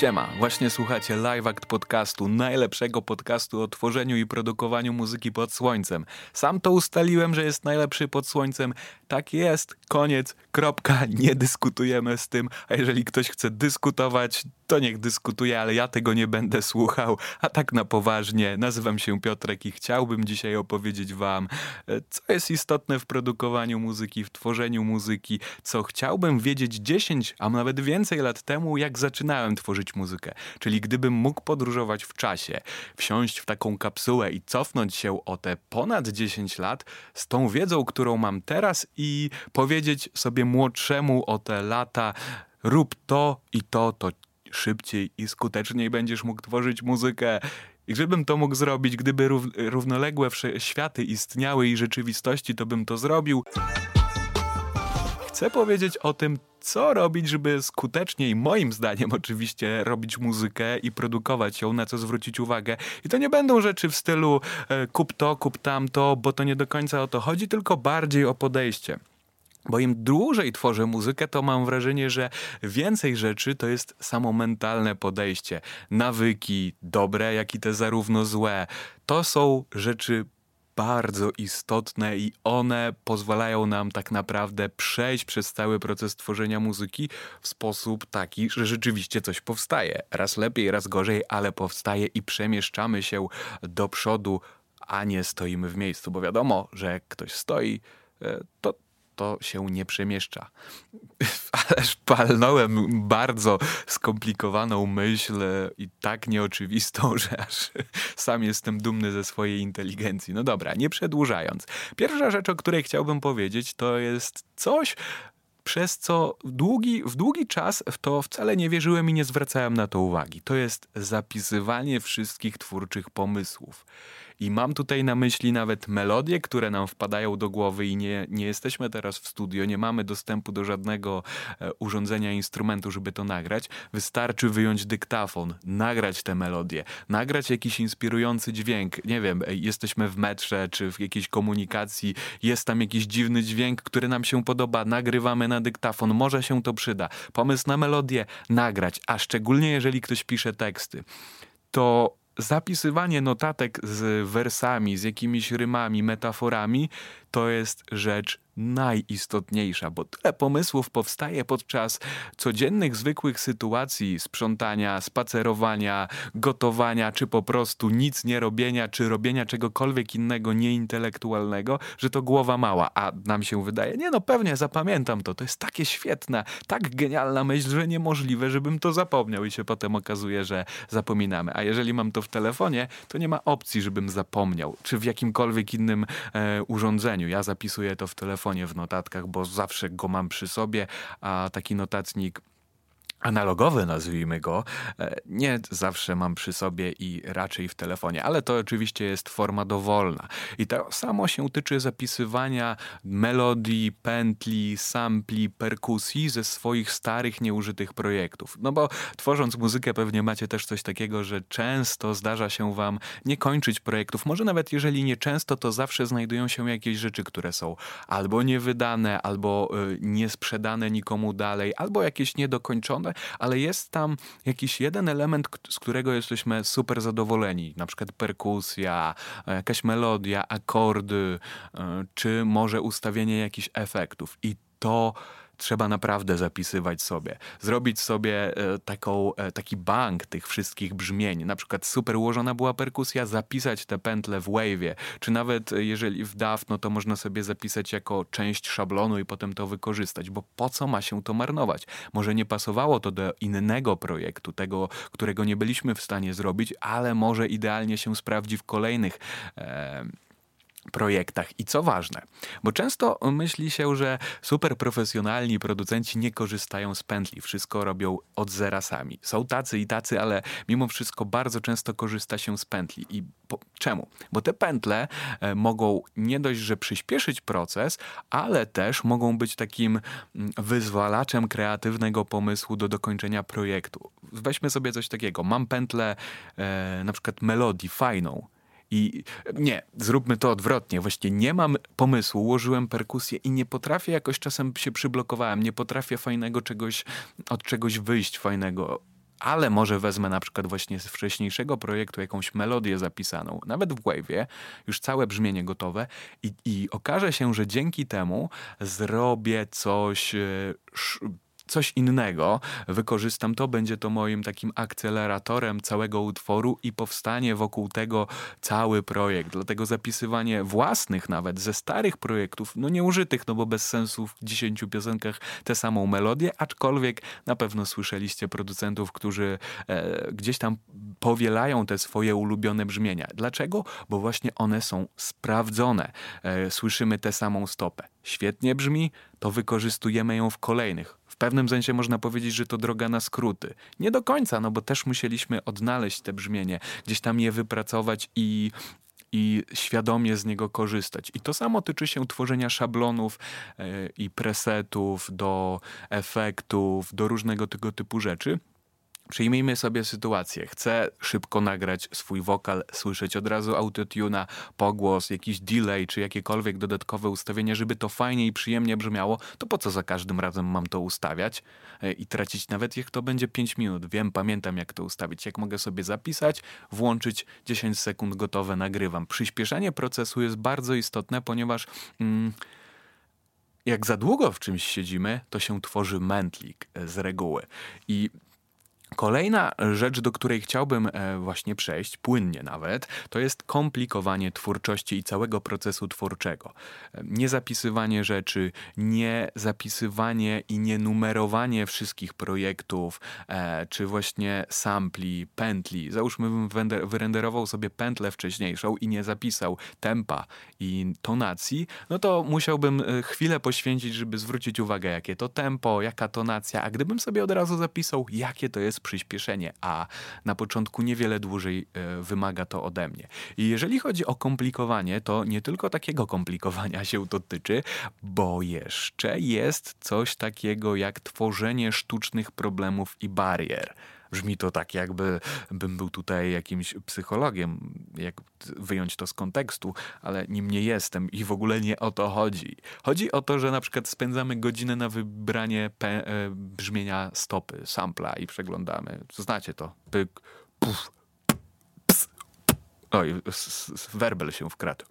Siema, właśnie słuchacie Live Act podcastu, najlepszego podcastu o tworzeniu i produkowaniu muzyki pod słońcem. Sam to ustaliłem, że jest najlepszy pod słońcem. Tak jest, koniec, kropka, nie dyskutujemy z tym, a jeżeli ktoś chce dyskutować, to niech dyskutuje, ale ja tego nie będę słuchał. A tak na poważnie, nazywam się Piotrek i chciałbym dzisiaj opowiedzieć wam, co jest istotne w produkowaniu muzyki, w tworzeniu muzyki, co chciałbym wiedzieć 10, a nawet więcej lat temu, jak zaczynałem tworzyć muzykę. Czyli gdybym mógł podróżować w czasie, wsiąść w taką kapsułę i cofnąć się o te ponad 10 lat z tą wiedzą, którą mam teraz i powiedzieć sobie młodszemu o te lata, rób to i to szybciej i skuteczniej będziesz mógł tworzyć muzykę. I gdybym to mógł zrobić, gdyby równoległe światy istniały i rzeczywistości, to bym to zrobił. Chcę powiedzieć o tym, co robić, żeby skuteczniej, moim zdaniem oczywiście, robić muzykę i produkować ją, na co zwrócić uwagę. I to nie będą rzeczy w stylu kup to, kup tamto, bo to nie do końca o to chodzi, tylko bardziej o podejście. Bo im dłużej tworzę muzykę, to mam wrażenie, że więcej rzeczy to jest samo mentalne podejście. Nawyki, dobre, jak i te zarówno złe. To są rzeczy bardzo istotne i one pozwalają nam tak naprawdę przejść przez cały proces tworzenia muzyki w sposób taki, że rzeczywiście coś powstaje. Raz lepiej, raz gorzej, ale powstaje i przemieszczamy się do przodu, a nie stoimy w miejscu. Bo wiadomo, że jak ktoś stoi, to się nie przemieszcza. Ależ palnąłem bardzo skomplikowaną myśl i tak nieoczywistą, że aż sam jestem dumny ze swojej inteligencji. No dobra, nie przedłużając. Pierwsza rzecz, o której chciałbym powiedzieć, to jest coś, przez co w długi czas w to wcale nie wierzyłem i nie zwracałem na to uwagi. To jest zapisywanie wszystkich twórczych pomysłów. I mam tutaj na myśli nawet melodie, które nam wpadają do głowy i nie jesteśmy teraz w studio, nie mamy dostępu do żadnego urządzenia, instrumentu, żeby to nagrać. Wystarczy wyjąć dyktafon, nagrać tę melodię, nagrać jakiś inspirujący dźwięk. Nie wiem, jesteśmy w metrze czy w jakiejś komunikacji, jest tam jakiś dziwny dźwięk, który nam się podoba, nagrywamy na dyktafon, może się to przyda. Pomysł na melodię, nagrać, a szczególnie jeżeli ktoś pisze teksty, to zapisywanie notatek z wersami, z jakimiś rymami, metaforami, to jest rzecz najistotniejsza, bo tyle pomysłów powstaje podczas codziennych, zwykłych sytuacji sprzątania, spacerowania, gotowania, czy po prostu nic nie robienia, czy robienia czegokolwiek innego nieintelektualnego, że to głowa mała, a nam się wydaje, nie no pewnie zapamiętam to jest takie świetne, tak genialna myśl, że niemożliwe, żebym to zapomniał i się potem okazuje, że zapominamy, a jeżeli mam to w telefonie, to nie ma opcji, żebym zapomniał, czy w jakimkolwiek innym urządzeniu. Ja zapisuję to w telefonie, w notatkach, bo zawsze go mam przy sobie, a taki notatnik analogowy, nazwijmy go, nie zawsze mam przy sobie i raczej w telefonie, ale to oczywiście jest forma dowolna. I to samo się tyczy zapisywania melodii, pętli, sampli, perkusji ze swoich starych, nieużytych projektów. No bo tworząc muzykę pewnie macie też coś takiego, że często zdarza się wam nie kończyć projektów. Może nawet jeżeli nie często, to zawsze znajdują się jakieś rzeczy, które są albo niewydane, albo niesprzedane nikomu dalej, albo jakieś niedokończone, ale jest tam jakiś jeden element, z którego jesteśmy super zadowoleni. Na przykład perkusja, jakaś melodia, akordy, czy może ustawienie jakichś efektów. I to trzeba naprawdę zapisywać sobie. Zrobić sobie taki bank tych wszystkich brzmień. Na przykład super ułożona była perkusja, zapisać te pętle w wave'ie. Czy nawet jeżeli w DAW, no to można sobie zapisać jako część szablonu i potem to wykorzystać. Bo po co ma się to marnować? Może nie pasowało to do innego projektu, tego, którego nie byliśmy w stanie zrobić, ale może idealnie się sprawdzi w kolejnych projektach. I co ważne, bo często myśli się, że super profesjonalni producenci nie korzystają z pętli, wszystko robią od zera sami. Są tacy i tacy, ale mimo wszystko bardzo często korzysta się z pętli. I czemu? Bo te pętle mogą nie dość, że przyspieszyć proces, ale też mogą być takim wyzwalaczem kreatywnego pomysłu do dokończenia projektu. Weźmy sobie coś takiego. Mam pętlę na przykład melodii fajną, i nie, zróbmy to odwrotnie. Właśnie nie mam pomysłu, ułożyłem perkusję i nie potrafię, jakoś czasem się przyblokowałem, nie potrafię od czegoś wyjść fajnego. ale może wezmę na przykład właśnie z wcześniejszego projektu jakąś melodię zapisaną, nawet w Wave'ie, już całe brzmienie gotowe i okaże się, że dzięki temu zrobię coś innego, wykorzystam to, będzie to moim takim akceleratorem całego utworu i powstanie wokół tego cały projekt. Dlatego zapisywanie własnych nawet ze starych projektów, no nieużytych, no bo bez sensu w 10 piosenkach tę samą melodię, aczkolwiek na pewno słyszeliście producentów, którzy gdzieś tam powielają te swoje ulubione brzmienia. Dlaczego? Bo właśnie one są sprawdzone. Słyszymy tę samą stopę. Świetnie brzmi, to wykorzystujemy ją w kolejnych. W pewnym sensie można powiedzieć, że to droga na skróty. Nie do końca, no bo też musieliśmy odnaleźć te brzmienie, gdzieś tam je wypracować i świadomie z niego korzystać. I to samo tyczy się tworzenia szablonów i presetów do efektów, do różnego tego typu rzeczy. Przyjmijmy sobie sytuację. Chcę szybko nagrać swój wokal, słyszeć od razu autotuna, pogłos, jakiś delay, czy jakiekolwiek dodatkowe ustawienia, żeby to fajnie i przyjemnie brzmiało, to po co za każdym razem mam to ustawiać i tracić nawet jak to będzie 5 minut. Wiem, pamiętam jak to ustawić. Jak mogę sobie zapisać, włączyć 10 sekund, gotowe, nagrywam. Przyspieszanie procesu jest bardzo istotne, ponieważ jak za długo w czymś siedzimy, to się tworzy mętlik z reguły. I kolejna rzecz, do której chciałbym właśnie przejść, płynnie nawet, to jest komplikowanie twórczości i całego procesu twórczego. Nie zapisywanie rzeczy, nie zapisywanie i nie numerowanie wszystkich projektów, czy właśnie sampli, pętli. Załóżmy, bym wyrenderował sobie pętlę wcześniejszą i nie zapisał tempa i tonacji, no to musiałbym chwilę poświęcić, żeby zwrócić uwagę, jakie to tempo, jaka tonacja, a gdybym sobie od razu zapisał, jakie to jest przyspieszenie, a na początku niewiele dłużej wymaga to ode mnie. I jeżeli chodzi o komplikowanie, to nie tylko takiego komplikowania się to tyczy, bo jeszcze jest coś takiego jak tworzenie sztucznych problemów i barier. Brzmi to tak, jakby bym był tutaj jakimś psychologiem, jak wyjąć to z kontekstu, ale nim nie jestem i w ogóle nie o to chodzi. Chodzi o to, że na przykład spędzamy godzinę na wybranie brzmienia stopy, sampla i przeglądamy. Znacie to. Pyk, puf, ps. Oj, werbel się wkradł.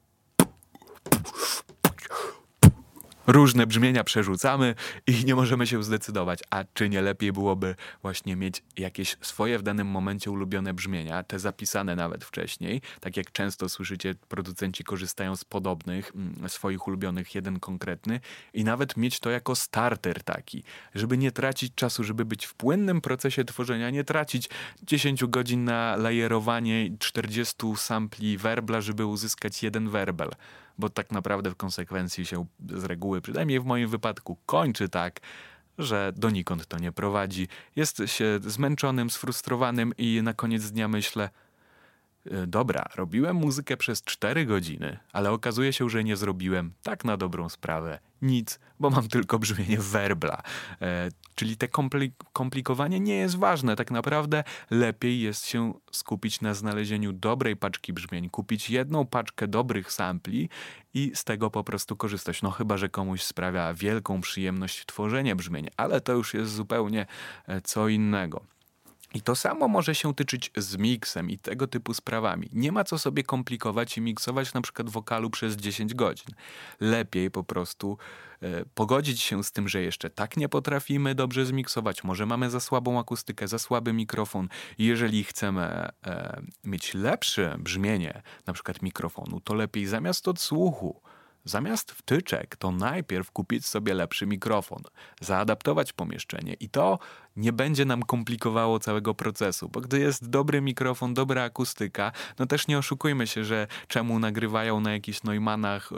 Różne brzmienia przerzucamy i nie możemy się zdecydować, a czy nie lepiej byłoby właśnie mieć jakieś swoje w danym momencie ulubione brzmienia, te zapisane nawet wcześniej, tak jak często słyszycie, producenci korzystają z podobnych, swoich ulubionych, jeden konkretny i nawet mieć to jako starter taki, żeby nie tracić czasu, żeby być w płynnym procesie tworzenia, nie tracić 10 godzin na layerowanie 40 sampli werbla, żeby uzyskać jeden werbel. Bo tak naprawdę w konsekwencji się z reguły, przynajmniej w moim wypadku, kończy tak, że donikąd to nie prowadzi. Jest się zmęczonym, sfrustrowanym i na koniec dnia myślę, dobra, robiłem muzykę przez 4 godziny, ale okazuje się, że nie zrobiłem, tak na dobrą sprawę, nic, bo mam tylko brzmienie werbla. Czyli te komplikowanie nie jest ważne. Tak naprawdę lepiej jest się skupić na znalezieniu dobrej paczki brzmień, kupić jedną paczkę dobrych sampli i z tego po prostu korzystać. No chyba, że komuś sprawia wielką przyjemność tworzenie brzmień, ale to już jest zupełnie co innego. I to samo może się tyczyć z miksem i tego typu sprawami. Nie ma co sobie komplikować i miksować na przykład wokalu przez 10 godzin. Lepiej po prostu pogodzić się z tym, że jeszcze tak nie potrafimy dobrze zmiksować. Może mamy za słabą akustykę, za słaby mikrofon. I jeżeli chcemy mieć lepsze brzmienie na przykład mikrofonu, to lepiej zamiast odsłuchu, zamiast wtyczek, to najpierw kupić sobie lepszy mikrofon, zaadaptować pomieszczenie i to nie będzie nam komplikowało całego procesu, bo gdy jest dobry mikrofon, dobra akustyka, no też nie oszukujmy się, że czemu nagrywają na jakichś Neumannach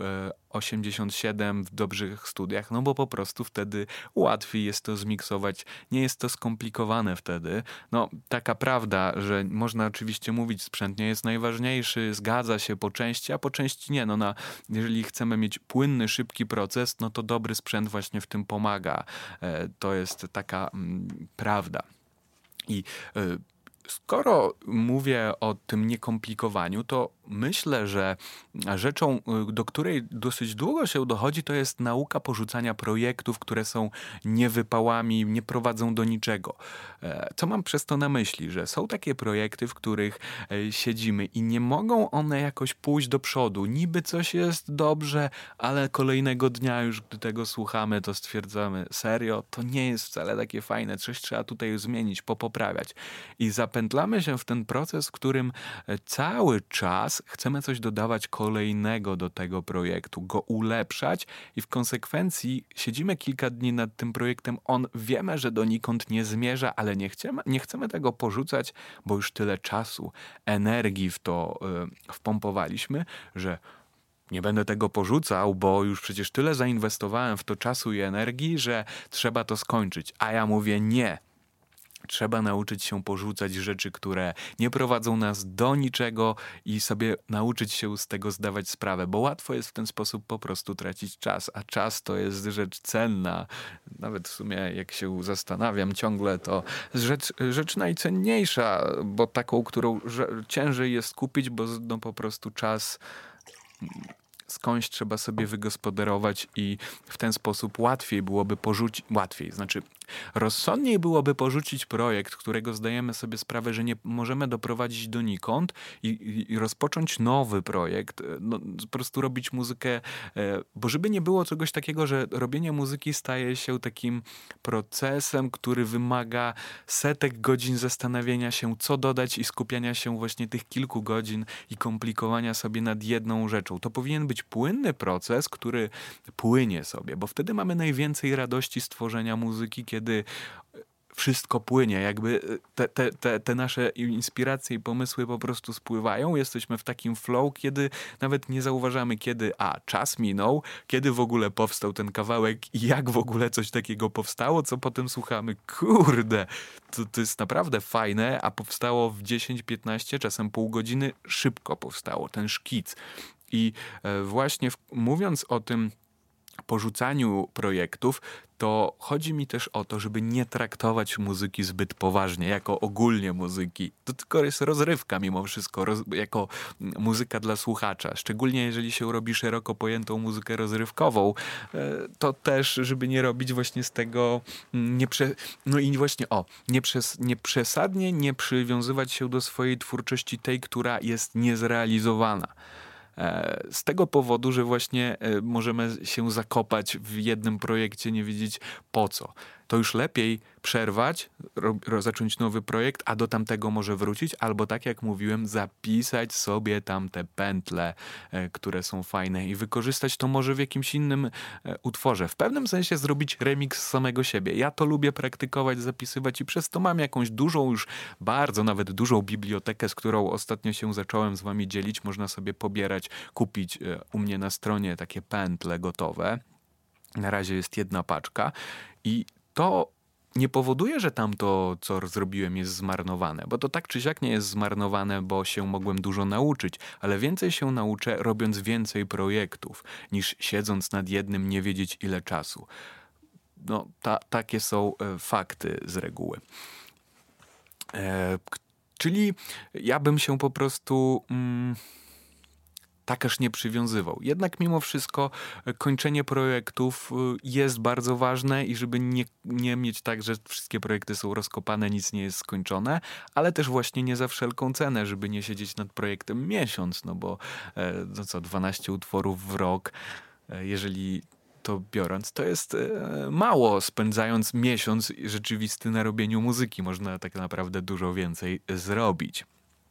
87 w dobrych studiach, no bo po prostu wtedy łatwiej jest to zmiksować, nie jest to skomplikowane wtedy. No taka prawda, że można oczywiście mówić, sprzęt nie jest najważniejszy, zgadza się po części, a po części nie. No jeżeli chcemy mieć płynny, szybki proces, no to dobry sprzęt właśnie w tym pomaga. To jest taka prawda. I skoro mówię o tym niekomplikowaniu, to myślę, że rzeczą, do której dosyć długo się dochodzi, to jest nauka porzucania projektów, które są niewypałami, nie prowadzą do niczego. Co mam przez to na myśli? Że są takie projekty, w których siedzimy i nie mogą one jakoś pójść do przodu. Niby coś jest dobrze, ale kolejnego dnia już, gdy tego słuchamy, to stwierdzamy, serio, to nie jest wcale takie fajne, coś trzeba tutaj zmienić, poprawiać. I zapętlamy się w ten proces, w którym cały czas chcemy coś dodawać kolejnego do tego projektu, go ulepszać i w konsekwencji siedzimy kilka dni nad tym projektem, wiemy, że donikąd nie zmierza, ale nie chcemy tego porzucać, bo już tyle czasu, energii w to wpompowaliśmy, że nie będę tego porzucał, bo już przecież tyle zainwestowałem w to czasu i energii, że trzeba to skończyć. A ja mówię nie. Trzeba nauczyć się porzucać rzeczy, które nie prowadzą nas do niczego i sobie nauczyć się z tego zdawać sprawę, bo łatwo jest w ten sposób po prostu tracić czas, a czas to jest rzecz cenna. Nawet w sumie jak się zastanawiam ciągle, to rzecz najcenniejsza, bo taką, którą ciężej jest kupić, bo no po prostu czas skądś trzeba sobie wygospodarować i w ten sposób łatwiej byłoby rozsądniej byłoby porzucić projekt, którego zdajemy sobie sprawę, że nie możemy doprowadzić donikąd i rozpocząć nowy projekt, no, po prostu robić muzykę, bo żeby nie było czegoś takiego, że robienie muzyki staje się takim procesem, który wymaga setek godzin zastanawiania się, co dodać i skupiania się właśnie tych kilku godzin i komplikowania sobie nad jedną rzeczą. To powinien być płynny proces, który płynie sobie, bo wtedy mamy najwięcej radości z tworzenia muzyki, kiedy wszystko płynie, jakby te nasze inspiracje i pomysły po prostu spływają, jesteśmy w takim flow, kiedy nawet nie zauważamy, kiedy czas minął, kiedy w ogóle powstał ten kawałek i jak w ogóle coś takiego powstało, co potem słuchamy, kurde, to jest naprawdę fajne, a powstało w 10-15, czasem pół godziny, szybko powstało, ten szkic. I właśnie mówiąc o tym porzucaniu projektów, to chodzi mi też o to, żeby nie traktować muzyki zbyt poważnie, jako ogólnie muzyki. To tylko jest rozrywka mimo wszystko, jako muzyka dla słuchacza. Szczególnie jeżeli się robi szeroko pojętą muzykę rozrywkową, to też, żeby nie robić właśnie z tego, przesadnie nie przywiązywać się do swojej twórczości tej, która jest niezrealizowana. Z tego powodu, że właśnie możemy się zakopać w jednym projekcie, nie wiedzieć po co. To już lepiej przerwać, zacząć nowy projekt, a do tamtego może wrócić, albo tak jak mówiłem, zapisać sobie tam te pętle, które są fajne i wykorzystać to może w jakimś innym utworze. W pewnym sensie zrobić remix samego siebie. Ja to lubię praktykować, zapisywać i przez to mam jakąś dużą, już bardzo nawet dużą bibliotekę, z którą ostatnio się zacząłem z wami dzielić. Można sobie pobierać, kupić u mnie na stronie takie pętle gotowe. Na razie jest jedna paczka i to nie powoduje, że tamto, co zrobiłem, jest zmarnowane, bo to tak czy siak nie jest zmarnowane, bo się mogłem dużo nauczyć, ale więcej się nauczę, robiąc więcej projektów, niż siedząc nad jednym, nie wiedzieć ile czasu. No, takie są fakty z reguły. Czyli ja bym się po prostu tak aż nie przywiązywał. Jednak mimo wszystko kończenie projektów jest bardzo ważne i żeby nie mieć tak, że wszystkie projekty są rozkopane, nic nie jest skończone, ale też właśnie nie za wszelką cenę, żeby nie siedzieć nad projektem miesiąc, no bo 12 utworów w rok, jeżeli to biorąc, to jest mało, spędzając miesiąc rzeczywisty na robieniu muzyki. Można tak naprawdę dużo więcej zrobić.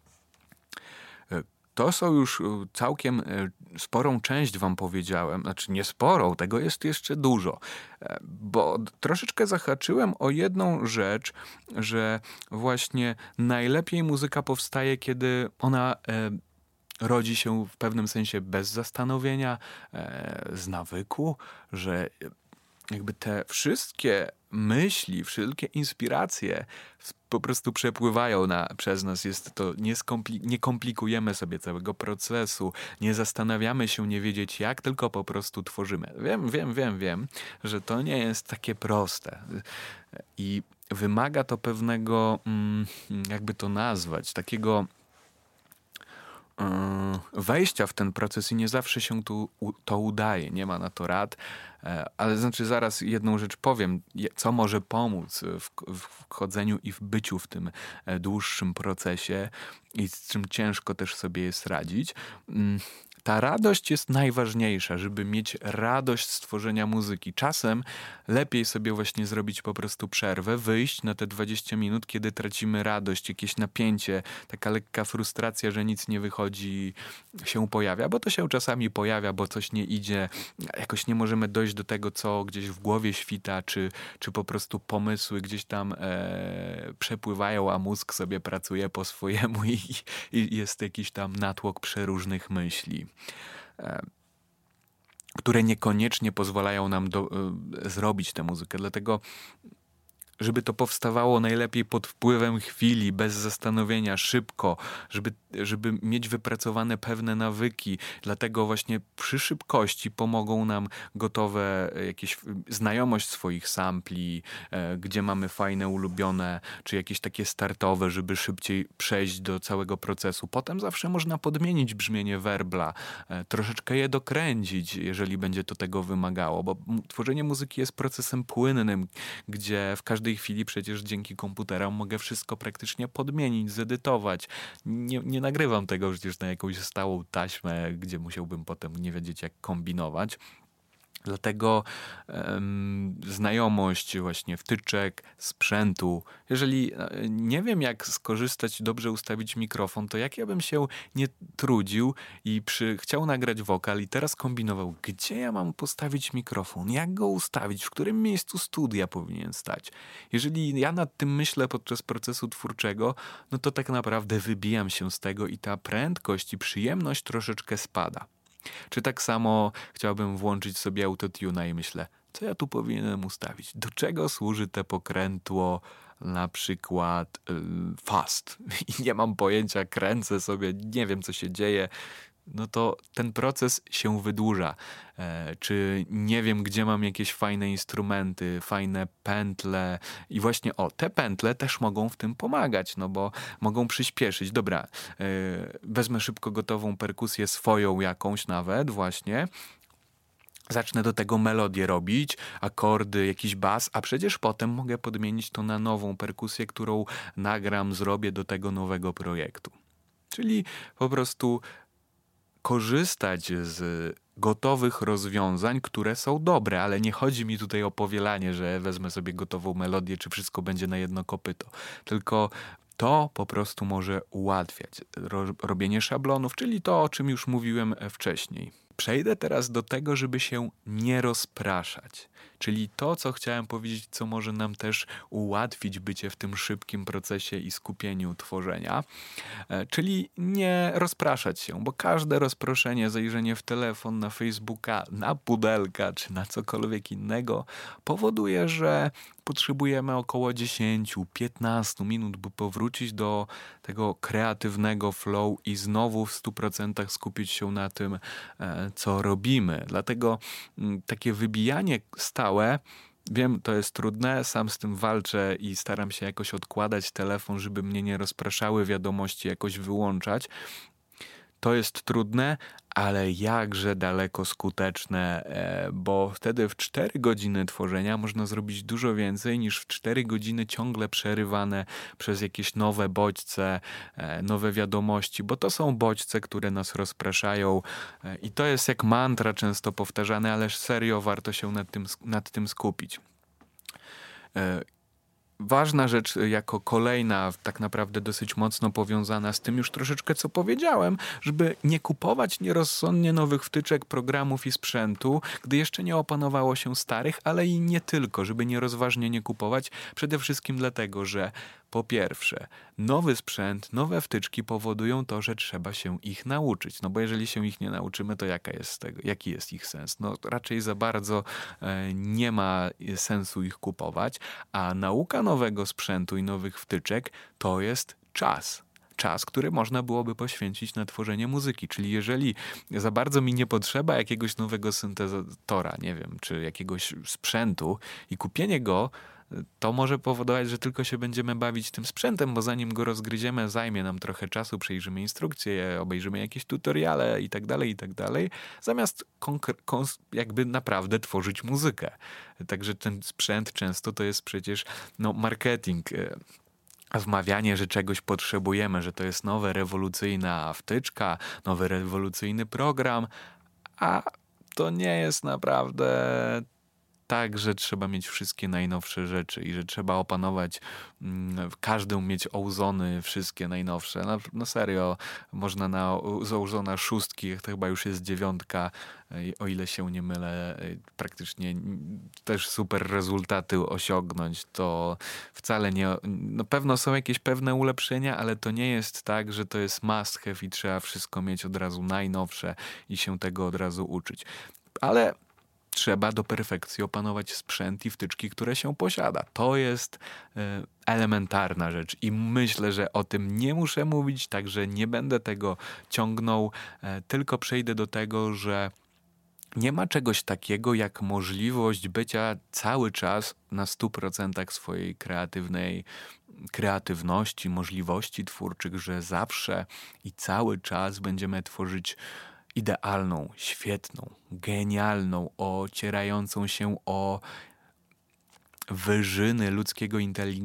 To są już całkiem sporą część wam powiedziałem, znaczy nie sporą, tego jest jeszcze dużo, bo troszeczkę zahaczyłem o jedną rzecz, że właśnie najlepiej muzyka powstaje, kiedy ona rodzi się w pewnym sensie bez zastanowienia, z nawyku, że jakby te wszystkie myśli, wszelkie inspiracje po prostu przepływają przez nas. Jest to, nie komplikujemy sobie całego procesu, nie zastanawiamy się, nie wiedzieć jak, tylko po prostu tworzymy. Wiem, że to nie jest takie proste. I wymaga to pewnego, jakby to nazwać, takiego wejścia w ten proces i nie zawsze się to udaje, nie ma na to rad, ale znaczy zaraz jedną rzecz powiem, co może pomóc w wchodzeniu i w byciu w tym dłuższym procesie i z czym ciężko też sobie jest radzić. Ta radość jest najważniejsza, żeby mieć radość z tworzenia muzyki. Czasem lepiej sobie właśnie zrobić po prostu przerwę, wyjść na te 20 minut, kiedy tracimy radość, jakieś napięcie, taka lekka frustracja, że nic nie wychodzi, się pojawia, bo to się czasami pojawia, bo coś nie idzie, jakoś nie możemy dojść do tego, co gdzieś w głowie świta, czy po prostu pomysły gdzieś tam przepływają, a mózg sobie pracuje po swojemu i jest jakiś tam natłok przeróżnych myśli, które niekoniecznie pozwalają nam zrobić tę muzykę. Dlatego, żeby to powstawało najlepiej pod wpływem chwili, bez zastanowienia, szybko, żeby mieć wypracowane pewne nawyki. Dlatego właśnie przy szybkości pomogą nam gotowe jakieś znajomość swoich sampli, gdzie mamy fajne, ulubione, czy jakieś takie startowe, żeby szybciej przejść do całego procesu. Potem zawsze można podmienić brzmienie werbla, troszeczkę je dokręcić, jeżeli będzie to tego wymagało, bo tworzenie muzyki jest procesem płynnym, gdzie w każdej chwili przecież dzięki komputerom mogę wszystko praktycznie podmienić, zedytować. Nie nagrywam tego przecież na jakąś stałą taśmę, gdzie musiałbym potem nie wiedzieć, jak kombinować. Dlatego znajomość właśnie wtyczek, sprzętu. Jeżeli nie wiem, jak skorzystać, dobrze ustawić mikrofon, to jak ja bym się nie trudził i chciał nagrać wokal i teraz kombinował, gdzie ja mam postawić mikrofon, jak go ustawić, w którym miejscu studia powinien stać. Jeżeli ja nad tym myślę podczas procesu twórczego, no to tak naprawdę wybijam się z tego i ta prędkość i przyjemność troszeczkę spada. Czy tak samo chciałbym włączyć sobie autotuna i myślę, co ja tu powinienem ustawić? Do czego służy te pokrętło, na przykład fast? I nie mam pojęcia, kręcę sobie, nie wiem co się dzieje. No to ten proces się wydłuża. Czy nie wiem, gdzie mam jakieś fajne instrumenty, fajne pętle i właśnie te pętle też mogą w tym pomagać, no bo mogą przyspieszyć. Dobra, wezmę szybko gotową perkusję swoją jakąś nawet właśnie, zacznę do tego melodię robić, akordy, jakiś bas, a przecież potem mogę podmienić to na nową perkusję, którą nagram, zrobię do tego nowego projektu. Czyli po prostu korzystać z gotowych rozwiązań, które są dobre, ale nie chodzi mi tutaj o powielanie, że wezmę sobie gotową melodię, czy wszystko będzie na jedno kopyto, tylko to po prostu może ułatwiać robienie szablonów, czyli to, o czym już mówiłem wcześniej. Przejdę teraz do tego, żeby się nie rozpraszać. Czyli to, co chciałem powiedzieć, co może nam też ułatwić bycie w tym szybkim procesie i skupieniu tworzenia. Czyli nie rozpraszać się, bo każde rozproszenie, zajrzenie w telefon, na Facebooka, na Pudelka czy na cokolwiek innego powoduje, że potrzebujemy około 10-15 minut, by powrócić do tego kreatywnego flow i znowu w 100% skupić się na tym, co robimy. Dlatego takie wybijanie stałe, wiem, to jest trudne, sam z tym walczę i staram się jakoś odkładać telefon, żeby mnie nie rozpraszały wiadomości, jakoś wyłączać. To jest trudne, ale jakże daleko skuteczne, bo wtedy w 4 godziny tworzenia można zrobić dużo więcej niż w 4 godziny ciągle przerywane przez jakieś nowe bodźce, nowe wiadomości, bo to są bodźce, które nas rozpraszają i to jest jak mantra często powtarzane, ależ serio warto się nad tym skupić. Ważna rzecz jako kolejna, tak naprawdę dosyć mocno powiązana z tym już troszeczkę co powiedziałem, żeby nie kupować nierozsądnie nowych wtyczek, programów i sprzętu, gdy jeszcze nie opanowało się starych, ale i nie tylko, żeby nierozważnie nie kupować. Przede wszystkim dlatego, że po pierwsze, nowy sprzęt, nowe wtyczki powodują to, że trzeba się ich nauczyć. No bo jeżeli się ich nie nauczymy, to jaki jest ich sens? No raczej za bardzo nie ma sensu ich kupować, a nauka nowego sprzętu i nowych wtyczek to jest czas. Czas, który można byłoby poświęcić na tworzenie muzyki. Czyli jeżeli za bardzo mi nie potrzeba jakiegoś nowego syntezatora, nie wiem, czy jakiegoś sprzętu i kupienie go to może powodować, że tylko się będziemy bawić tym sprzętem, bo zanim go rozgryziemy, zajmie nam trochę czasu, przejrzymy instrukcje, obejrzymy jakieś tutoriale i tak dalej, zamiast jakby naprawdę tworzyć muzykę. Także ten sprzęt często to jest przecież marketing, wmawianie, że czegoś potrzebujemy, że to jest nowa rewolucyjna wtyczka, nowy rewolucyjny program, a to nie jest naprawdę tak, że trzeba mieć wszystkie najnowsze rzeczy i że trzeba opanować, każdy mieć Ozony, wszystkie najnowsze. No serio, można z Ozona 6, to chyba już jest 9, o ile się nie mylę, praktycznie też super rezultaty osiągnąć. To wcale nie, no pewno są jakieś pewne ulepszenia, ale to nie jest tak, że to jest must have i trzeba wszystko mieć od razu najnowsze i się tego od razu uczyć. Ale trzeba do perfekcji opanować sprzęt i wtyczki, które się posiada. To jest elementarna rzecz i myślę, że o tym nie muszę mówić, także nie będę tego ciągnął, tylko przejdę do tego, że nie ma czegoś takiego jak możliwość bycia cały czas na 100% swojej kreatywności, możliwości twórczych, że zawsze i cały czas będziemy tworzyć idealną, świetną, genialną, ocierającą się o wyżyny ludzkiego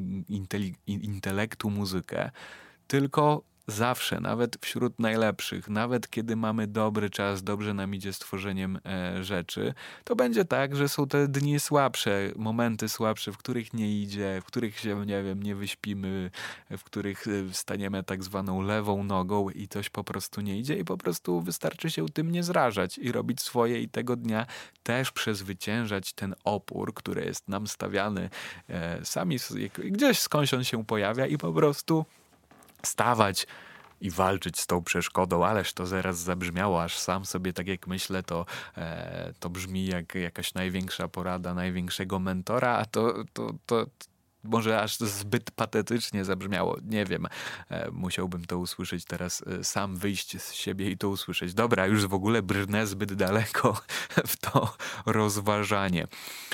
intelektu muzykę, tylko zawsze, nawet wśród najlepszych, nawet kiedy mamy dobry czas, dobrze nam idzie z tworzeniem rzeczy, to będzie tak, że są te dni słabsze, momenty słabsze, w których nie idzie, w których się, nie wiem, nie wyśpimy, w których staniemy tak zwaną lewą nogą i coś po prostu nie idzie i po prostu wystarczy się tym nie zrażać i robić swoje i tego dnia też przezwyciężać ten opór, który jest nam stawiany sami gdzieś skądś on się pojawia i po prostu stawać i walczyć z tą przeszkodą, ależ to zaraz zabrzmiało, aż sam sobie tak jak myślę, to brzmi jak jakaś największa porada największego mentora, a to może aż zbyt patetycznie zabrzmiało, nie wiem, musiałbym to usłyszeć teraz, sam wyjść z siebie i to usłyszeć. Dobra, już w ogóle brnę zbyt daleko w to rozważanie.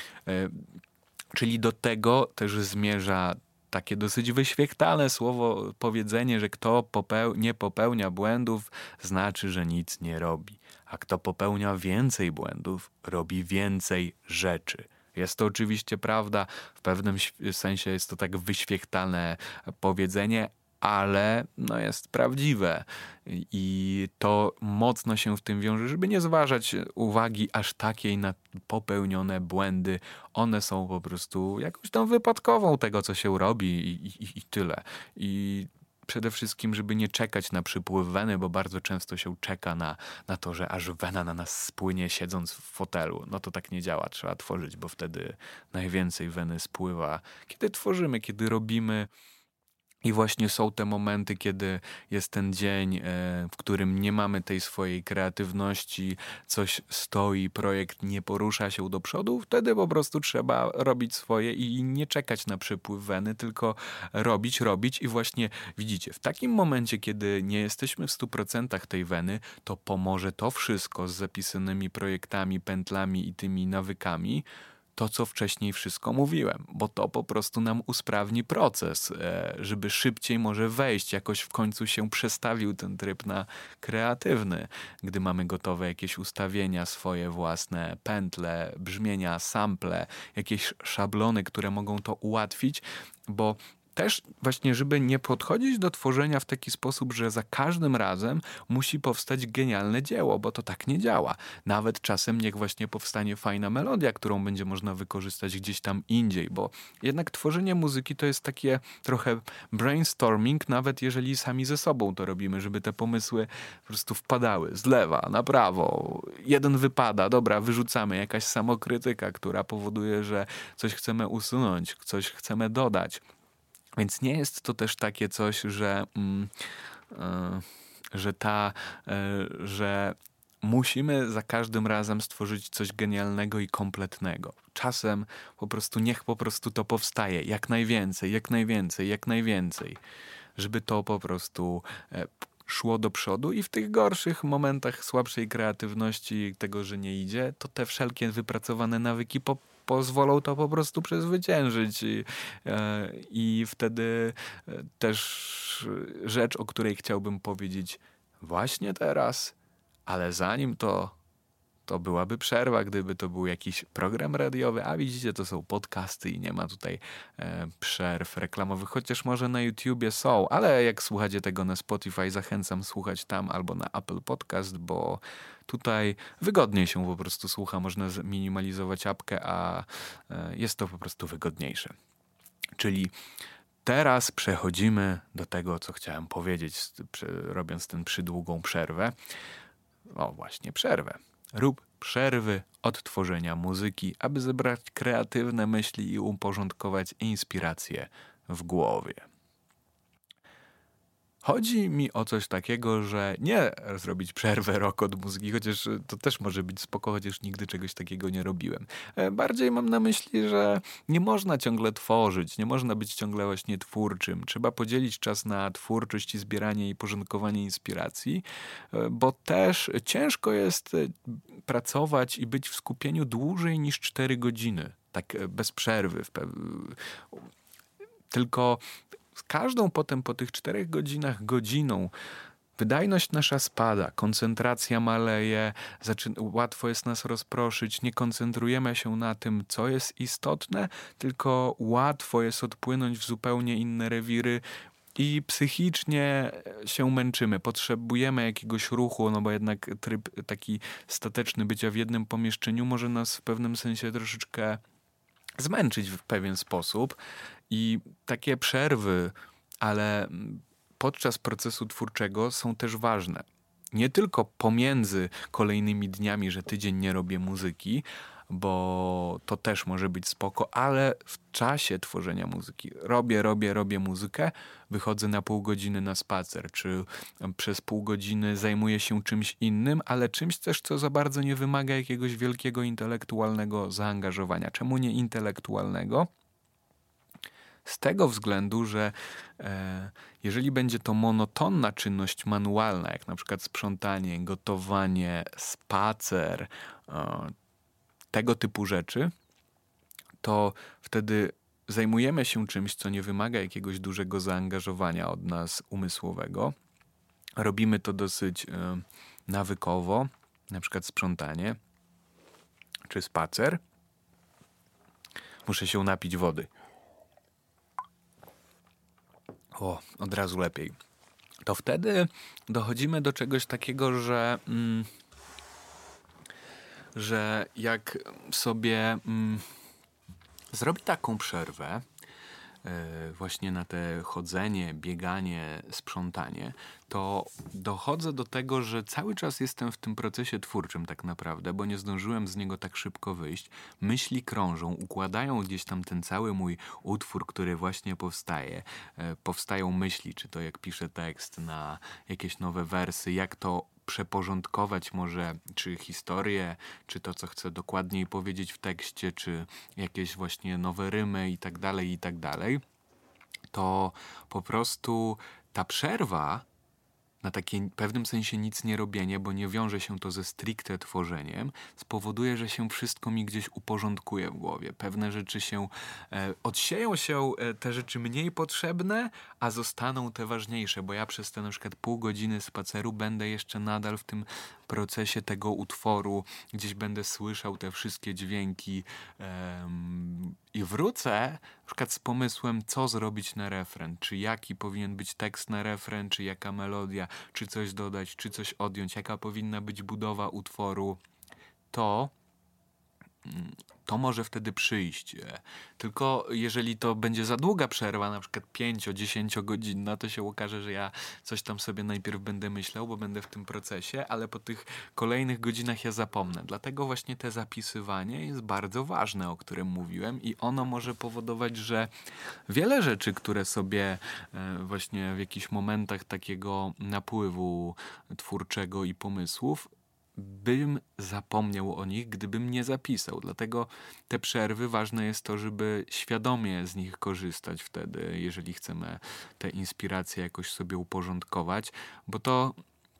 Czyli do tego też zmierza takie dosyć wyświechtane słowo, powiedzenie, że kto nie popełnia błędów, znaczy, że nic nie robi. A kto popełnia więcej błędów, robi więcej rzeczy. Jest to oczywiście prawda, w pewnym sensie jest to tak wyświechtane powiedzenie, ale jest prawdziwe i to mocno się w tym wiąże, żeby nie zważać uwagi aż takiej na popełnione błędy. One są po prostu jakąś tam wypadkową tego, co się robi i tyle. I przede wszystkim, żeby nie czekać na przypływ weny, bo bardzo często się czeka na to, że aż wena na nas spłynie siedząc w fotelu. No to tak nie działa, trzeba tworzyć, bo wtedy najwięcej weny spływa. Kiedy tworzymy, kiedy robimy. I właśnie są te momenty, kiedy jest ten dzień, w którym nie mamy tej swojej kreatywności, coś stoi, projekt nie porusza się do przodu, wtedy po prostu trzeba robić swoje i nie czekać na przypływ weny, tylko robić i właśnie widzicie, w takim momencie, kiedy nie jesteśmy w 100% tej weny, to pomoże to wszystko z zapisanymi projektami, pętlami i tymi nawykami, to, co wcześniej wszystko mówiłem, bo to po prostu nam usprawni proces, żeby szybciej może wejść, jakoś w końcu się przestawił ten tryb na kreatywny, gdy mamy gotowe jakieś ustawienia, swoje własne pętle, brzmienia, sample, jakieś szablony, które mogą to ułatwić, bo też właśnie, żeby nie podchodzić do tworzenia w taki sposób, że za każdym razem musi powstać genialne dzieło, bo to tak nie działa. Nawet czasem niech właśnie powstanie fajna melodia, którą będzie można wykorzystać gdzieś tam indziej, bo jednak tworzenie muzyki to jest takie trochę brainstorming, nawet jeżeli sami ze sobą to robimy, żeby te pomysły po prostu wpadały z lewa na prawo. Jeden wypada, dobra, wyrzucamy, jakaś samokrytyka, która powoduje, że coś chcemy usunąć, coś chcemy dodać. Więc nie jest to też takie coś, że musimy za każdym razem stworzyć coś genialnego i kompletnego. Czasem niech po prostu to powstaje. Jak najwięcej. Żeby to po prostu szło do przodu i w tych gorszych momentach słabszej kreatywności, tego, że nie idzie, to te wszelkie wypracowane nawyki pozwolą to po prostu przezwyciężyć. I wtedy też rzecz, o której chciałbym powiedzieć właśnie teraz, ale zanim to byłaby przerwa, gdyby to był jakiś program radiowy, a widzicie, to są podcasty i nie ma tutaj przerw reklamowych, chociaż może na YouTubie są, ale jak słuchacie tego na Spotify, zachęcam słuchać tam albo na Apple Podcast, bo tutaj wygodniej się po prostu słucha, można zminimalizować apkę, a jest to po prostu wygodniejsze. Czyli teraz przechodzimy do tego, co chciałem powiedzieć, robiąc tę przydługą przerwę. O, właśnie przerwę. Rób przerwy od tworzenia muzyki, aby zebrać kreatywne myśli i uporządkować inspiracje w głowie. Chodzi mi o coś takiego, że nie zrobić przerwę rok od muzyki, chociaż to też może być spoko, chociaż nigdy czegoś takiego nie robiłem. Bardziej mam na myśli, że nie można ciągle tworzyć, nie można być ciągle właśnie twórczym. Trzeba podzielić czas na twórczość i zbieranie i porządkowanie inspiracji, bo też ciężko jest pracować i być w skupieniu dłużej niż 4 godziny, tak bez przerwy. Tylko z każdą potem po tych 4 godzinach, godziną wydajność nasza spada, koncentracja maleje, łatwo jest nas rozproszyć, nie koncentrujemy się na tym, co jest istotne, tylko łatwo jest odpłynąć w zupełnie inne rewiry i psychicznie się męczymy. Potrzebujemy jakiegoś ruchu, no bo jednak tryb taki stateczny bycia w jednym pomieszczeniu może nas w pewnym sensie troszeczkę zmęczyć w pewien sposób i takie przerwy, ale podczas procesu twórczego są też ważne. Nie tylko pomiędzy kolejnymi dniami, że tydzień nie robię muzyki, bo to też może być spoko, ale w czasie tworzenia muzyki robię muzykę, wychodzę na pół godziny na spacer, czy przez pół godziny zajmuję się czymś innym, ale czymś też, co za bardzo nie wymaga jakiegoś wielkiego intelektualnego zaangażowania. Czemu nie intelektualnego? Z tego względu, że jeżeli będzie to monotonna czynność manualna, jak na przykład sprzątanie, gotowanie, spacer, tego typu rzeczy, to wtedy zajmujemy się czymś, co nie wymaga jakiegoś dużego zaangażowania od nas umysłowego. Robimy to dosyć nawykowo, na przykład sprzątanie czy spacer. Muszę się napić wody. O, od razu lepiej. To wtedy dochodzimy do czegoś takiego, że jak sobie zrobi taką przerwę właśnie na te chodzenie, bieganie, sprzątanie, to dochodzę do tego, że cały czas jestem w tym procesie twórczym tak naprawdę, bo nie zdążyłem z niego tak szybko wyjść. Myśli krążą, układają gdzieś tam ten cały mój utwór, który właśnie powstaje. Powstają myśli, czy to jak piszę tekst na jakieś nowe wersy, jak to przeporządkować może, czy historię, czy to, co chcę dokładniej powiedzieć w tekście, czy jakieś właśnie nowe rymy i tak dalej, to po prostu ta przerwa na takie pewnym sensie nic nie robienie, bo nie wiąże się to ze stricte tworzeniem, spowoduje, że się wszystko mi gdzieś uporządkuje w głowie. Pewne rzeczy się odsieją się te rzeczy mniej potrzebne, a zostaną te ważniejsze, bo ja przez te na przykład pół godziny spaceru będę jeszcze nadal w tym procesie tego utworu, gdzieś będę słyszał te wszystkie dźwięki i wrócę na przykład z pomysłem, co zrobić na refren, czy jaki powinien być tekst na refren, czy jaka melodia, czy coś dodać, czy coś odjąć, jaka powinna być budowa utworu, to może wtedy przyjść. Tylko jeżeli to będzie za długa przerwa, na przykład 5-10 godzinna, to się okaże, że ja coś tam sobie najpierw będę myślał, bo będę w tym procesie, ale po tych kolejnych godzinach ja zapomnę. Dlatego właśnie te zapisywanie jest bardzo ważne, o którym mówiłem i ono może powodować, że wiele rzeczy, które sobie właśnie w jakichś momentach takiego napływu twórczego i pomysłów bym zapomniał o nich, gdybym nie zapisał. Dlatego te przerwy, ważne jest to, żeby świadomie z nich korzystać wtedy, jeżeli chcemy te inspiracje jakoś sobie uporządkować, bo to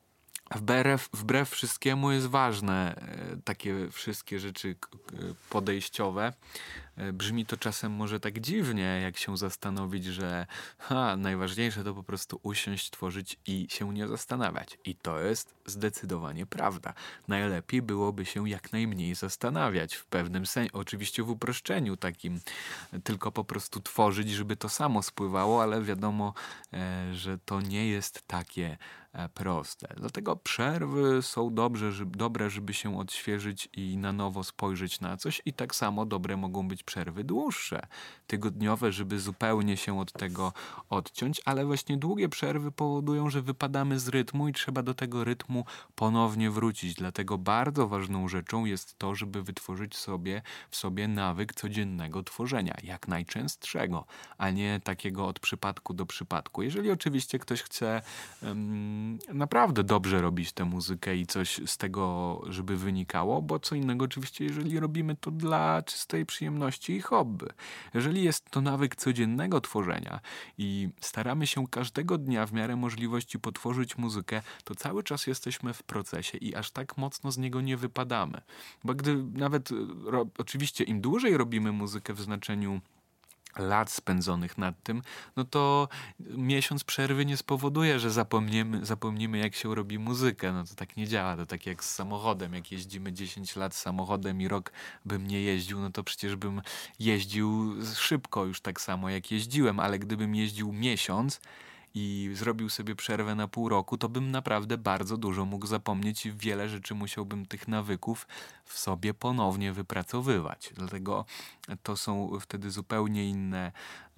wbrew wszystkiemu jest ważne takie wszystkie rzeczy podejściowe. Brzmi to czasem może tak dziwnie, jak się zastanowić, że najważniejsze to po prostu usiąść, tworzyć i się nie zastanawiać. I to jest zdecydowanie prawda. Najlepiej byłoby się jak najmniej zastanawiać w pewnym sensie, oczywiście w uproszczeniu takim, tylko po prostu tworzyć, żeby to samo spływało, ale wiadomo, że to nie jest takie proste. Dlatego przerwy są dobre, żeby się odświeżyć i na nowo spojrzeć na coś, i tak samo dobre mogą być przerwy dłuższe, tygodniowe, żeby zupełnie się od tego odciąć, ale właśnie długie przerwy powodują, że wypadamy z rytmu i trzeba do tego rytmu ponownie wrócić. Dlatego bardzo ważną rzeczą jest to, żeby wytworzyć w sobie nawyk codziennego tworzenia, jak najczęstszego, a nie takiego od przypadku do przypadku. Jeżeli oczywiście ktoś chce naprawdę dobrze robić tę muzykę i coś z tego, żeby wynikało, bo co innego oczywiście, jeżeli robimy to dla czystej przyjemności i hobby. Jeżeli jest to nawyk codziennego tworzenia i staramy się każdego dnia w miarę możliwości potworzyć muzykę, to cały czas jesteśmy w procesie i aż tak mocno z niego nie wypadamy. Bo gdy nawet, oczywiście im dłużej robimy muzykę w znaczeniu lat spędzonych nad tym, no to miesiąc przerwy nie spowoduje, że zapomnimy jak się robi muzykę. No to tak nie działa. To tak jak z samochodem. Jak jeździmy 10 lat samochodem i rok bym nie jeździł, no to przecież bym jeździł szybko już tak samo jak jeździłem, ale gdybym jeździł miesiąc i zrobił sobie przerwę na pół roku, to bym naprawdę bardzo dużo mógł zapomnieć i wiele rzeczy musiałbym tych nawyków w sobie ponownie wypracowywać. Dlatego to są wtedy zupełnie inne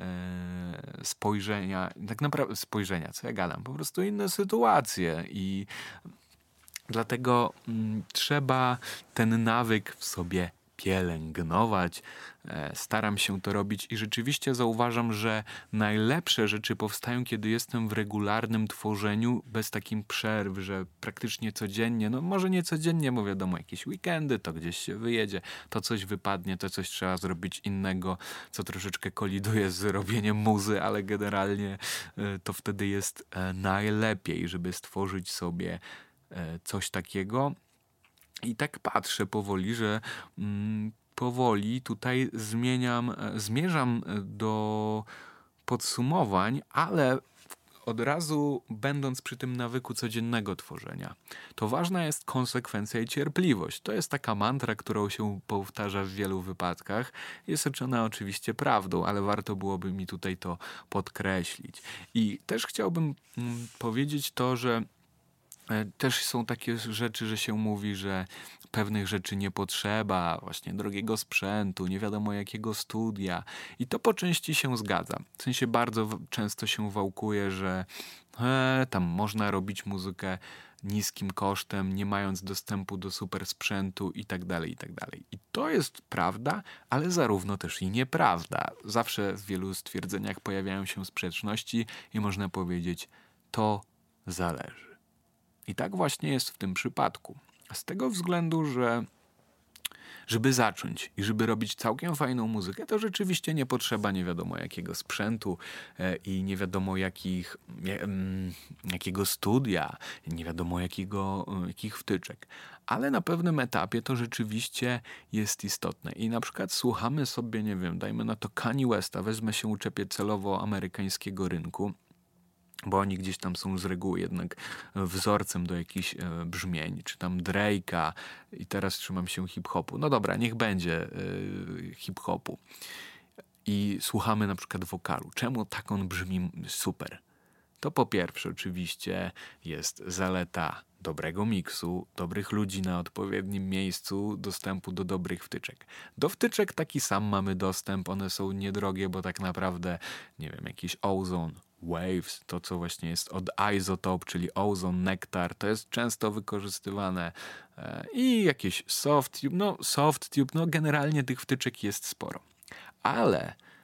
spojrzenia, tak naprawdę spojrzenia, co ja gadam, po prostu inne sytuacje i dlatego trzeba ten nawyk w sobie pielęgnować. Staram się to robić i rzeczywiście zauważam, że najlepsze rzeczy powstają, kiedy jestem w regularnym tworzeniu, bez takim przerw, że praktycznie codziennie, no może nie codziennie, bo wiadomo, jakieś weekendy, to gdzieś się wyjedzie, to coś wypadnie, to coś trzeba zrobić innego, co troszeczkę koliduje z robieniem muzy, ale generalnie to wtedy jest najlepiej, żeby stworzyć sobie coś takiego. I tak patrzę powoli, że powoli tutaj zmierzam do podsumowań, ale od razu będąc przy tym nawyku codziennego tworzenia, to ważna jest konsekwencja i cierpliwość. To jest taka mantra, którą się powtarza w wielu wypadkach. Jest ona oczywiście prawdą, ale warto byłoby mi tutaj to podkreślić. I też chciałbym powiedzieć to, że też są takie rzeczy, że się mówi, że pewnych rzeczy nie potrzeba, właśnie drogiego sprzętu, nie wiadomo jakiego studia. I to po części się zgadza. W sensie bardzo często się wałkuje, że tam można robić muzykę niskim kosztem, nie mając dostępu do super sprzętu i tak dalej, i tak dalej. I to jest prawda, ale zarówno też i nieprawda. Zawsze w wielu stwierdzeniach pojawiają się sprzeczności i można powiedzieć, to zależy. I tak właśnie jest w tym przypadku. Z tego względu, że żeby zacząć i żeby robić całkiem fajną muzykę, to rzeczywiście nie potrzeba nie wiadomo jakiego sprzętu i nie wiadomo jakiego studia, nie wiadomo jakich wtyczek. Ale na pewnym etapie to rzeczywiście jest istotne. I na przykład słuchamy sobie, nie wiem, dajmy na to Kanye Westa, wezmę się uczepię celowo amerykańskiego rynku, bo oni gdzieś tam są z reguły jednak wzorcem do jakichś brzmień, czy tam Drake'a i teraz trzymam się hip-hopu. No dobra, niech będzie hip-hopu. I słuchamy na przykład wokalu. Czemu tak on brzmi super? To po pierwsze oczywiście jest zaleta dobrego miksu, dobrych ludzi na odpowiednim miejscu, dostępu do dobrych wtyczek. Do wtyczek taki sam mamy dostęp, one są niedrogie, bo tak naprawdę, nie wiem, jakiś Ozone, Waves, to co właśnie jest od Izotope, czyli Ozone, Nectar, to jest często wykorzystywane i jakieś Softtube, no generalnie tych wtyczek jest sporo. Ale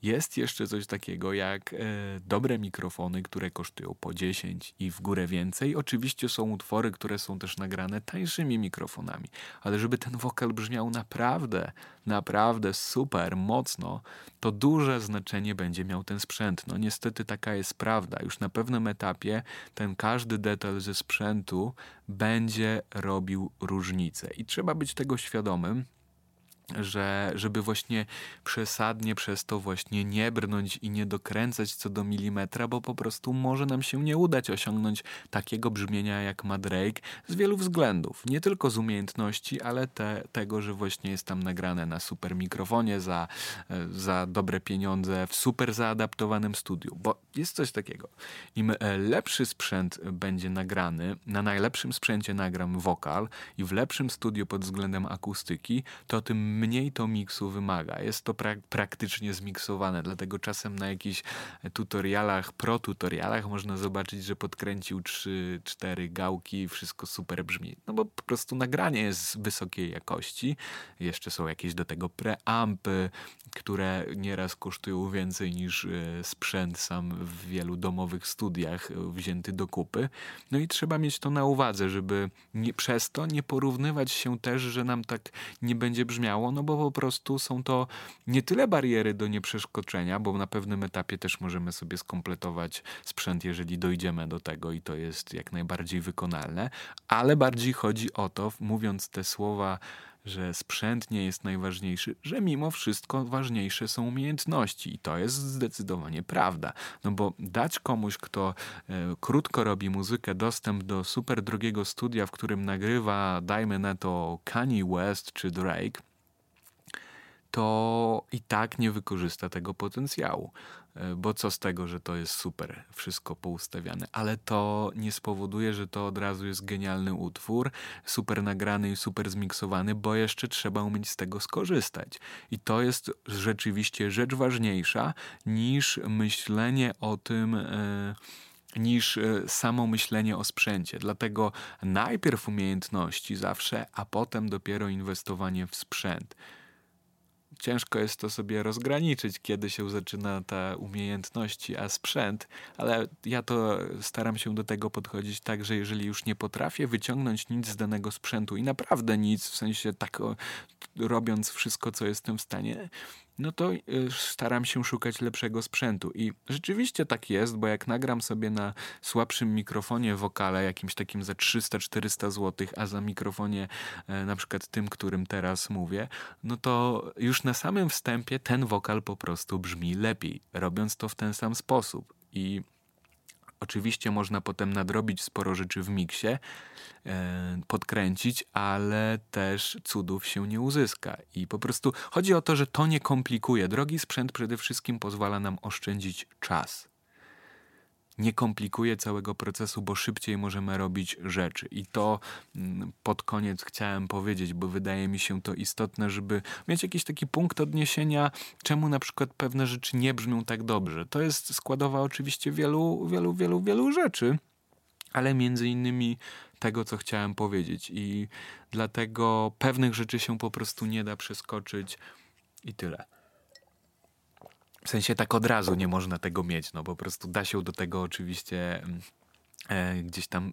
Jest jeszcze coś takiego jak dobre mikrofony, które kosztują po 10 i w górę więcej. Oczywiście są utwory, które są też nagrane tańszymi mikrofonami, ale żeby ten wokal brzmiał naprawdę super mocno, to duże znaczenie będzie miał ten sprzęt. No niestety taka jest prawda. Już na pewnym etapie ten każdy detal ze sprzętu będzie robił różnicę i trzeba być tego świadomym, żeby właśnie przesadnie przez to właśnie nie brnąć i nie dokręcać co do milimetra, bo po prostu może nam się nie udać osiągnąć takiego brzmienia jak ma Drake z wielu względów. Nie tylko z umiejętności, ale tego, że właśnie jest tam nagrane na super mikrofonie za dobre pieniądze w super zaadaptowanym studiu, bo jest coś takiego. Im lepszy sprzęt będzie nagrany, na najlepszym sprzęcie nagram wokal i w lepszym studiu pod względem akustyki, to tym mniej to miksu wymaga. Jest to praktycznie zmiksowane, dlatego czasem na jakichś pro-tutorialach można zobaczyć, że podkręcił 3-4 gałki i wszystko super brzmi. No bo po prostu nagranie jest wysokiej jakości. Jeszcze są jakieś do tego preampy, które nieraz kosztują więcej niż sprzęt sam w wielu domowych studiach wzięty do kupy. No i trzeba mieć to na uwadze, żeby przez to nie porównywać się też, że nam tak nie będzie brzmiało, no bo po prostu są to nie tyle bariery do nieprzeskoczenia, bo na pewnym etapie też możemy sobie skompletować sprzęt, jeżeli dojdziemy do tego i to jest jak najbardziej wykonalne, ale bardziej chodzi o to, mówiąc te słowa, że sprzęt nie jest najważniejszy, że mimo wszystko ważniejsze są umiejętności i to jest zdecydowanie prawda. No bo dać komuś, kto krótko robi muzykę, dostęp do super drogiego studia, w którym nagrywa, dajmy na to Kanye West czy Drake, to i tak nie wykorzysta tego potencjału. Bo co z tego, że to jest super, wszystko poustawiane, ale to nie spowoduje, że to od razu jest genialny utwór, super nagrany i super zmiksowany, bo jeszcze trzeba umieć z tego skorzystać. I to jest rzeczywiście rzecz ważniejsza niż myślenie o tym, niż samo myślenie o sprzęcie. Dlatego najpierw umiejętności zawsze, a potem dopiero inwestowanie w sprzęt. Ciężko jest to sobie rozgraniczyć, kiedy się zaczyna ta umiejętności, a sprzęt, ale ja to staram się do tego podchodzić tak, że jeżeli już nie potrafię wyciągnąć nic z danego sprzętu i naprawdę nic, w sensie tak robiąc wszystko, co jestem w stanie, no to staram się szukać lepszego sprzętu. I rzeczywiście tak jest, bo jak nagram sobie na słabszym mikrofonie wokale, jakimś takim za 300-400 zł, a za mikrofonie na przykład tym, którym teraz mówię, no to już na samym wstępie ten wokal po prostu brzmi lepiej, robiąc to w ten sam sposób. I oczywiście można potem nadrobić sporo rzeczy w miksie, podkręcić, ale też cudów się nie uzyska. I po prostu chodzi o to, że to nie komplikuje. Drogi sprzęt przede wszystkim pozwala nam oszczędzić czas. Nie komplikuje całego procesu, bo szybciej możemy robić rzeczy. I to pod koniec chciałem powiedzieć, bo wydaje mi się to istotne, żeby mieć jakiś taki punkt odniesienia, czemu na przykład pewne rzeczy nie brzmią tak dobrze. To jest składowa oczywiście wielu rzeczy, ale między innymi tego, co chciałem powiedzieć. I dlatego pewnych rzeczy się po prostu nie da przeskoczyć i tyle. W sensie tak od razu nie można tego mieć, no po prostu da się do tego oczywiście gdzieś tam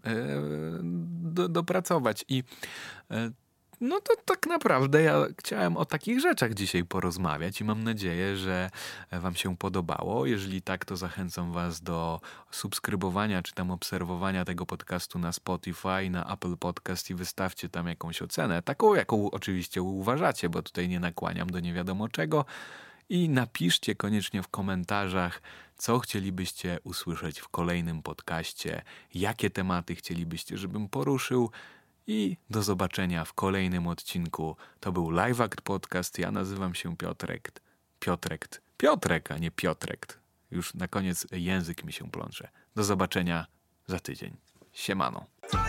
dopracować i no to tak naprawdę ja chciałem o takich rzeczach dzisiaj porozmawiać i mam nadzieję, że wam się podobało. Jeżeli tak, to zachęcam was do subskrybowania czy tam obserwowania tego podcastu na Spotify, na Apple Podcast i wystawcie tam jakąś ocenę, taką jaką oczywiście uważacie, bo tutaj nie nakłaniam do nie wiadomo czego. I napiszcie koniecznie w komentarzach, co chcielibyście usłyszeć w kolejnym podcaście, jakie tematy chcielibyście, żebym poruszył. I do zobaczenia w kolejnym odcinku. To był Live Act Podcast. Ja nazywam się Piotrek, a nie Piotrek. Już na koniec język mi się plącze. Do zobaczenia za tydzień. Siemano.